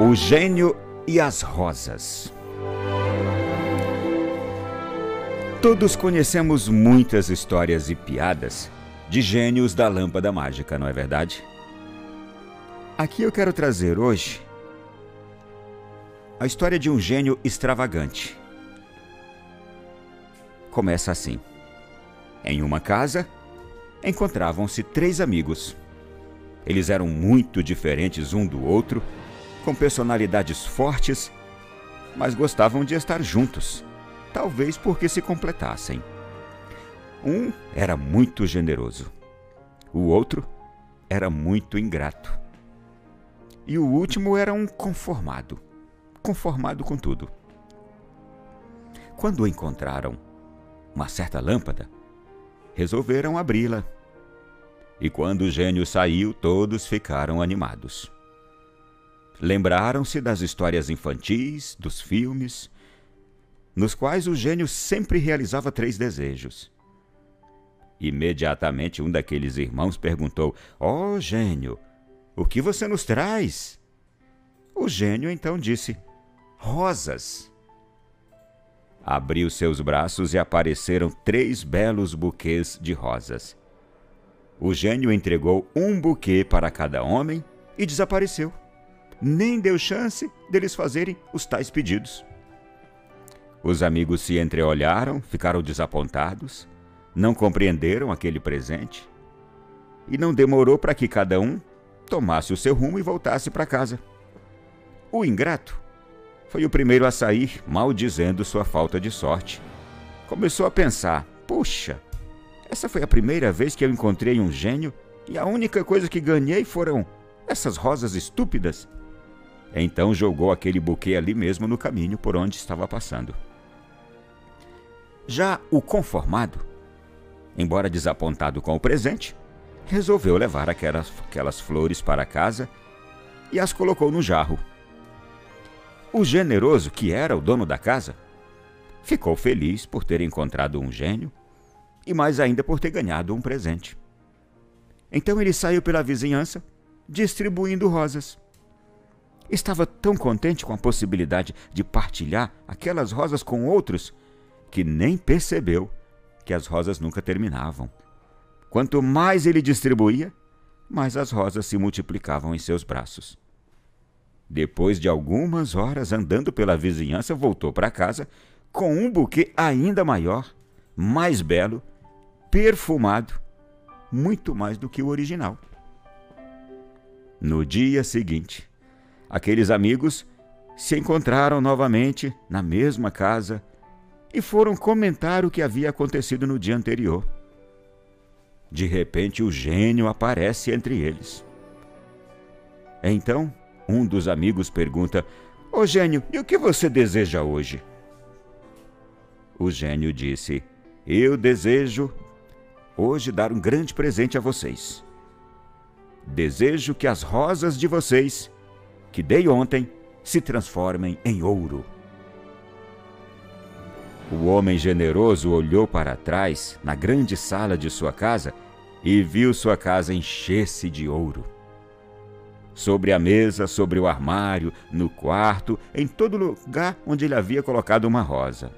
O gênio e as rosas. Todos conhecemos muitas histórias e piadas de gênios da lâmpada mágica, não é verdade? Aqui eu quero trazer hoje a história de um gênio extravagante. Começa assim. Em uma casa, encontravam-se 3 amigos. Eles eram muito diferentes um do outro, com personalidades fortes, mas gostavam de estar juntos, talvez porque se completassem. Um era muito generoso, o outro era muito ingrato. E o último era um conformado com tudo. Quando encontraram uma certa lâmpada, resolveram abri-la. E quando o gênio saiu, todos ficaram animados. Lembraram-se das histórias infantis, dos filmes, nos quais o gênio sempre realizava 3 desejos. Imediatamente um daqueles irmãos perguntou: "Ó, gênio, o que você nos traz?" O gênio então disse: "Rosas." Abriu seus braços e apareceram 3 belos buquês de rosas. O gênio entregou um buquê para cada homem e desapareceu. Nem deu chance deles fazerem os tais pedidos. Os amigos se entreolharam, ficaram desapontados, não compreenderam aquele presente e não demorou para que cada um tomasse o seu rumo e voltasse para casa. O ingrato foi o primeiro a sair, maldizendo sua falta de sorte. Começou a pensar: puxa, essa foi a primeira vez que eu encontrei um gênio e a única coisa que ganhei foram essas rosas estúpidas. Então jogou aquele buquê ali mesmo no caminho por onde estava passando. Já o conformado, embora desapontado com o presente, resolveu levar aquelas flores para casa e as colocou no jarro. O generoso, que era o dono da casa, ficou feliz por ter encontrado um gênio e mais ainda por ter ganhado um presente. Então ele saiu pela vizinhança distribuindo rosas. Estava tão contente com a possibilidade de partilhar aquelas rosas com outros que nem percebeu que as rosas nunca terminavam. Quanto mais ele distribuía, mais as rosas se multiplicavam em seus braços. Depois de algumas horas andando pela vizinhança, voltou para casa com um buquê ainda maior, mais belo, perfumado, muito mais do que o original. No dia seguinte, aqueles amigos se encontraram novamente na mesma casa e foram comentar o que havia acontecido no dia anterior. De repente, o gênio aparece entre eles. Então, um dos amigos pergunta: "Ô gênio, e o que você deseja hoje?" O gênio disse: "Eu desejo hoje dar um grande presente a vocês. Desejo que as rosas de vocês, que dei ontem, se transformem em ouro." O homem generoso olhou para trás, na grande sala de sua casa, e viu sua casa encher-se de ouro. Sobre a mesa, sobre o armário, no quarto, em todo lugar onde ele havia colocado uma rosa.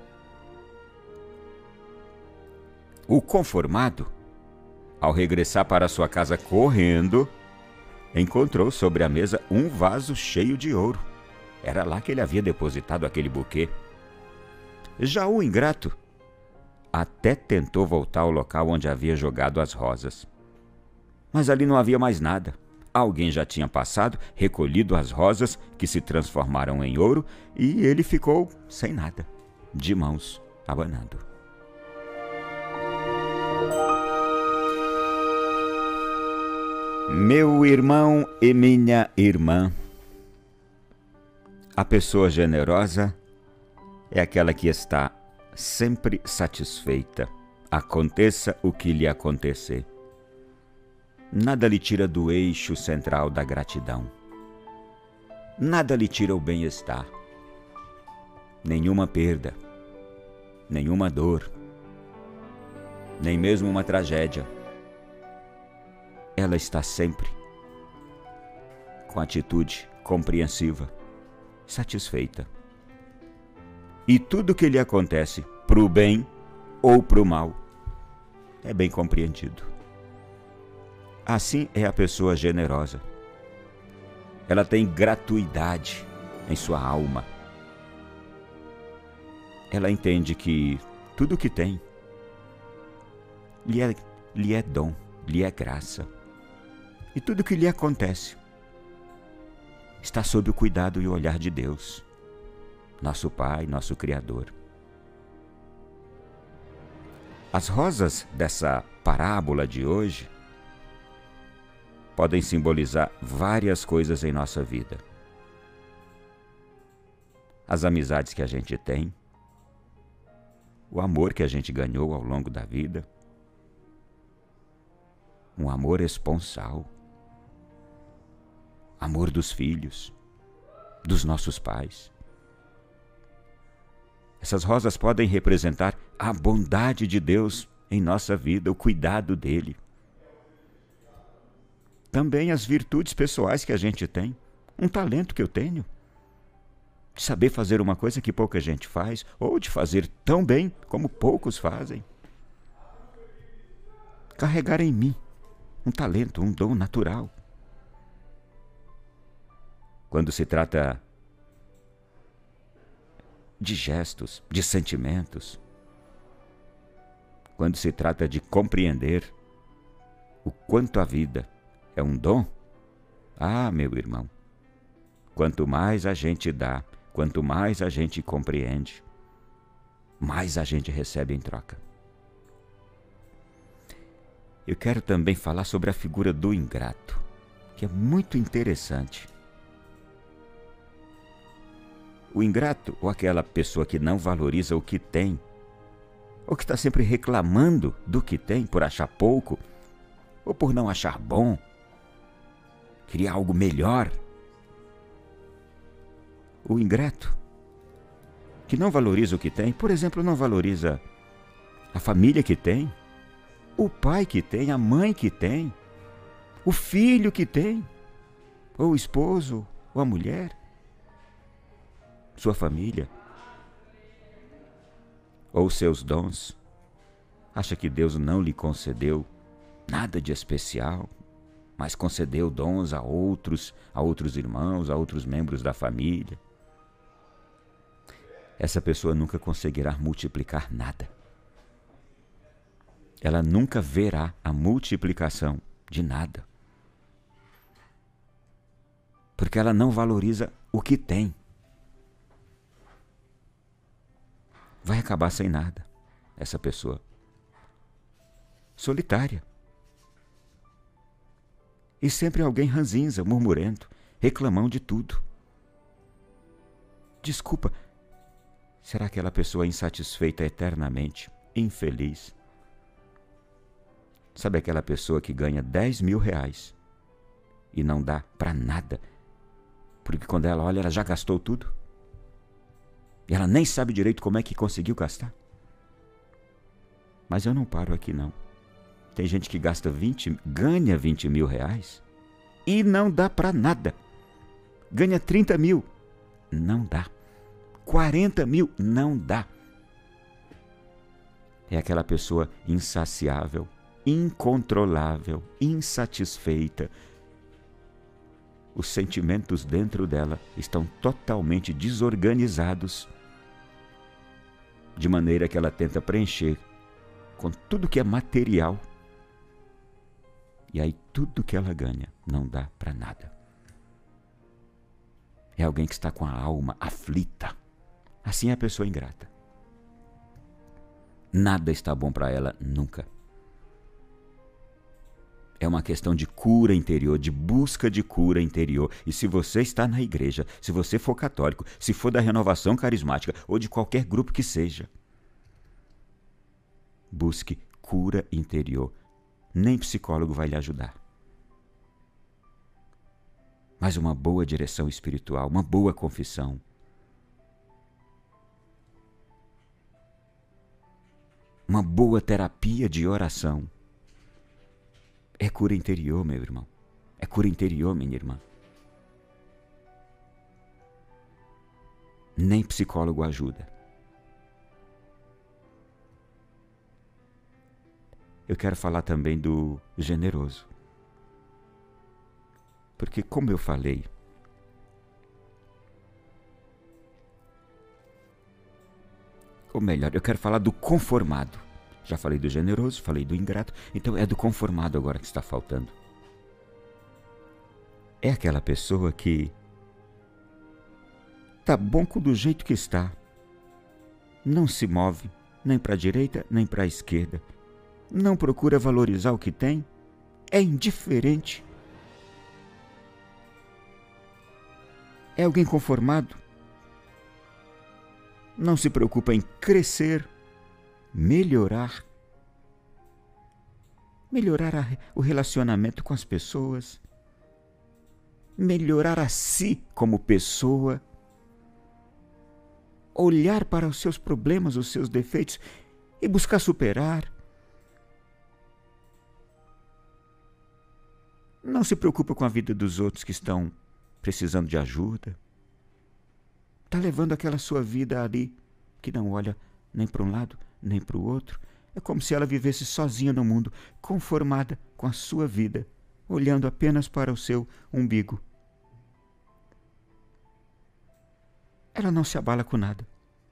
O conformado, ao regressar para sua casa correndo, encontrou sobre a mesa um vaso cheio de ouro. Era lá que ele havia depositado aquele buquê. Já o ingrato até tentou voltar ao local onde havia jogado as rosas. Mas ali não havia mais nada. Alguém já tinha passado, recolhido as rosas que se transformaram em ouro e ele ficou sem nada, de mãos abanando. Meu irmão e minha irmã, a pessoa generosa é aquela que está sempre satisfeita, aconteça o que lhe acontecer. Nada lhe tira do eixo central da gratidão. Nada lhe tira o bem-estar. Nenhuma perda, nenhuma dor, nem mesmo uma tragédia. Ela está sempre com atitude compreensiva, satisfeita. E tudo que lhe acontece, para o bem ou para o mal, é bem compreendido. Assim é a pessoa generosa. Ela tem gratuidade em sua alma. Ela entende que tudo que tem lhe é dom, lhe é graça. E tudo que lhe acontece está sob o cuidado e o olhar de Deus, nosso Pai, nosso Criador. As rosas dessa parábola de hoje podem simbolizar várias coisas em nossa vida. As amizades que a gente tem, o amor que a gente ganhou ao longo da vida, um amor esponsal, amor dos filhos, dos nossos pais. Essas rosas podem representar a bondade de Deus em nossa vida, o cuidado dele. Também as virtudes pessoais que a gente tem, um talento que eu tenho, de saber fazer uma coisa que pouca gente faz, ou de fazer tão bem como poucos fazem. Carregar em mim um talento, um dom natural. Quando se trata de gestos, de sentimentos, quando se trata de compreender o quanto a vida é um dom, meu irmão, quanto mais a gente dá, quanto mais a gente compreende, mais a gente recebe em troca. Eu quero também falar sobre a figura do ingrato, que é muito interessante. O ingrato, ou aquela pessoa que não valoriza o que tem, ou que está sempre reclamando do que tem por achar pouco, ou por não achar bom, queria algo melhor. O ingrato, que não valoriza o que tem, por exemplo, não valoriza a família que tem, o pai que tem, a mãe que tem, o filho que tem, ou o esposo, ou a mulher, sua família, ou seus dons. Acha que Deus não lhe concedeu nada de especial, mas concedeu dons a outros irmãos, a outros membros da família. Essa pessoa nunca conseguirá multiplicar nada. Ela nunca verá a multiplicação de nada. Porque ela não valoriza o que tem. Vai acabar sem nada, essa pessoa. Solitária. E sempre alguém ranzinza, murmurento, reclamão de tudo. Desculpa, será aquela pessoa insatisfeita eternamente, infeliz? Sabe aquela pessoa que ganha 10 mil reais e não dá para nada? Porque quando ela olha, ela já gastou tudo. E ela nem sabe direito como é que conseguiu gastar. Mas eu não paro aqui não. Tem gente que ganha 20 mil reais e não dá para nada. Ganha 30 mil, não dá. 40 mil, não dá. É aquela pessoa insaciável, incontrolável, insatisfeita. Os sentimentos dentro dela estão totalmente desorganizados, de maneira que ela tenta preencher com tudo que é material. E aí tudo que ela ganha não dá para nada. É alguém que está com a alma aflita. Assim é a pessoa ingrata. Nada está bom para ela nunca. É uma questão de cura interior, de busca de cura interior. E se você está na igreja, se você for católico, se for da renovação carismática ou de qualquer grupo que seja, busque cura interior. Nem psicólogo vai lhe ajudar. Mas uma boa direção espiritual, uma boa confissão, uma boa terapia de oração, é cura interior, meu irmão. É cura interior, minha irmã. Nem psicólogo ajuda. Eu quero falar também do generoso. Porque, como eu falei, ou melhor, eu quero falar do conformado. Já falei do generoso, falei do ingrato, então é do conformado agora que está faltando. É aquela pessoa que tá bom do jeito que está. Não se move nem para a direita nem para a esquerda. Não procura valorizar o que tem. É indiferente. É alguém conformado. Não se preocupa em crescer, melhorar o relacionamento com as pessoas, melhorar a si como pessoa, olhar para os seus problemas, os seus defeitos e buscar superar. Não se preocupa com a vida dos outros que estão precisando de ajuda. Está levando aquela sua vida ali, que não olha nem para um lado, nem para o outro. É como se ela vivesse sozinha no mundo, conformada com a sua vida, olhando apenas para o seu umbigo. Ela não se abala com nada.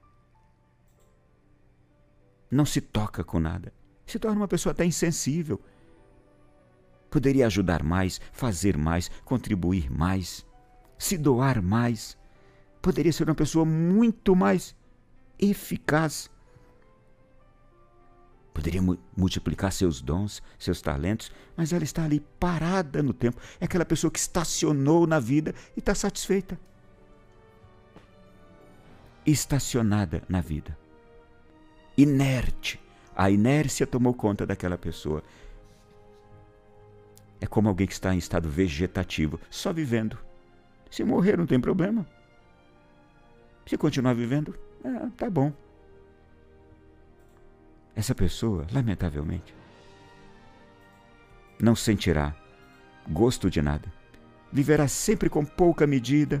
Não se toca com nada. Se torna uma pessoa até insensível. Poderia ajudar mais, fazer mais, contribuir mais, se doar mais. Poderia ser uma pessoa muito mais eficaz. Poderia multiplicar seus dons, seus talentos, mas ela está ali parada no tempo. É aquela pessoa que estacionou na vida e está satisfeita. Estacionada na vida. Inerte. A inércia tomou conta daquela pessoa. É como alguém que está em estado vegetativo, só vivendo. Se morrer não tem problema. Se continuar vivendo, tá bom. Essa pessoa, lamentavelmente, não sentirá gosto de nada. Viverá sempre com pouca medida.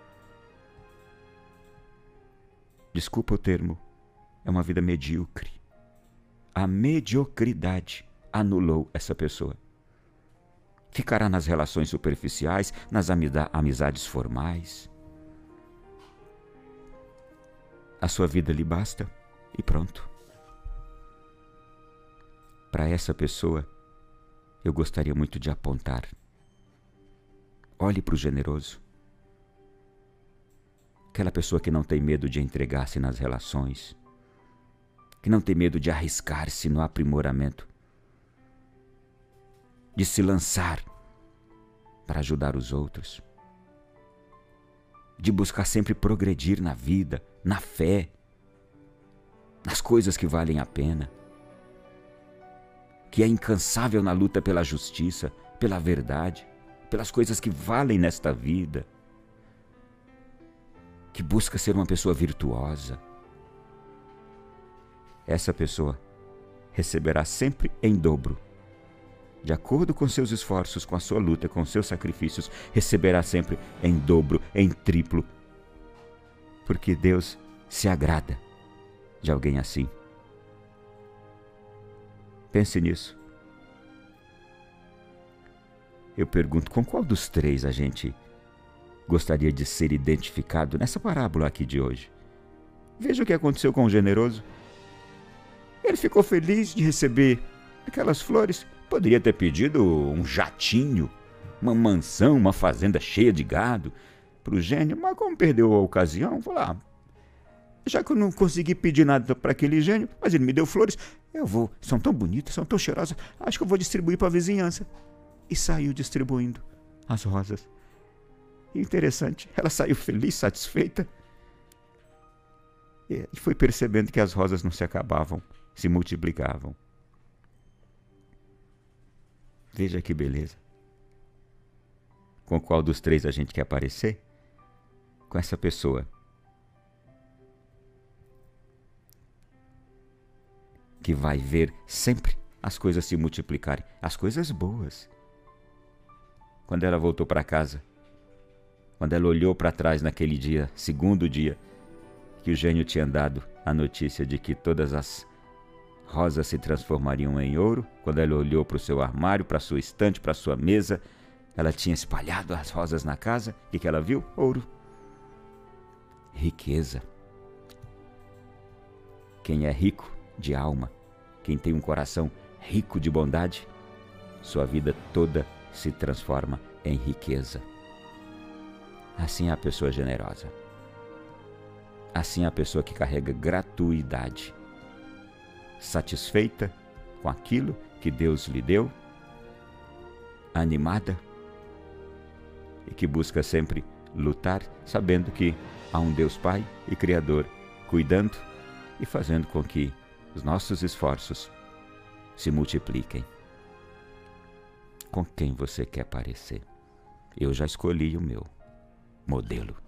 Desculpa o termo, é uma vida medíocre. A mediocridade anulou essa pessoa. Ficará nas relações superficiais, nas amizades formais. A sua vida lhe basta e pronto. Para essa pessoa, eu gostaria muito de apontar. Olhe para o generoso. Aquela pessoa que não tem medo de entregar-se nas relações, que não tem medo de arriscar-se no aprimoramento, de se lançar para ajudar os outros, de buscar sempre progredir na vida, na fé, nas coisas que valem a pena, que é incansável na luta pela justiça, pela verdade, pelas coisas que valem nesta vida, que busca ser uma pessoa virtuosa. Essa pessoa receberá sempre em dobro. De acordo com seus esforços, com a sua luta, com seus sacrifícios, receberá sempre em dobro, em triplo. Porque Deus se agrada de alguém assim. Pense nisso. Eu pergunto, com qual dos três a gente gostaria de ser identificado nessa parábola aqui de hoje? Veja o que aconteceu com o generoso. Ele ficou feliz de receber aquelas flores. Poderia ter pedido um jatinho, uma mansão, uma fazenda cheia de gado para o gênio, mas como perdeu a ocasião, falou, já que eu não consegui pedir nada para aquele gênio, mas ele me deu flores, são tão bonitas, são tão cheirosas, acho que eu vou distribuir para a vizinhança. E saiu distribuindo as rosas. Interessante, ela saiu feliz, satisfeita, e foi percebendo que as rosas não se acabavam, se multiplicavam. Veja que beleza. Com qual dos três a gente quer aparecer? Com essa pessoa que vai ver sempre as coisas se multiplicarem, as coisas boas. Quando ela voltou para casa, quando ela olhou para trás naquele dia, segundo dia, que o gênio tinha dado a notícia de que todas as rosas se transformariam em ouro. Quando ela olhou para o seu armário, para a sua estante, para a sua mesa, ela tinha espalhado as rosas na casa. O que ela viu? Ouro. Riqueza. Quem é rico de alma, quem tem um coração rico de bondade, sua vida toda se transforma em riqueza. Assim é a pessoa generosa. Assim é a pessoa que carrega gratuidade, satisfeita com aquilo que Deus lhe deu, animada e que busca sempre lutar, sabendo que há um Deus Pai e Criador cuidando e fazendo com que os nossos esforços se multipliquem. Com quem você quer parecer? Eu já escolhi o meu modelo.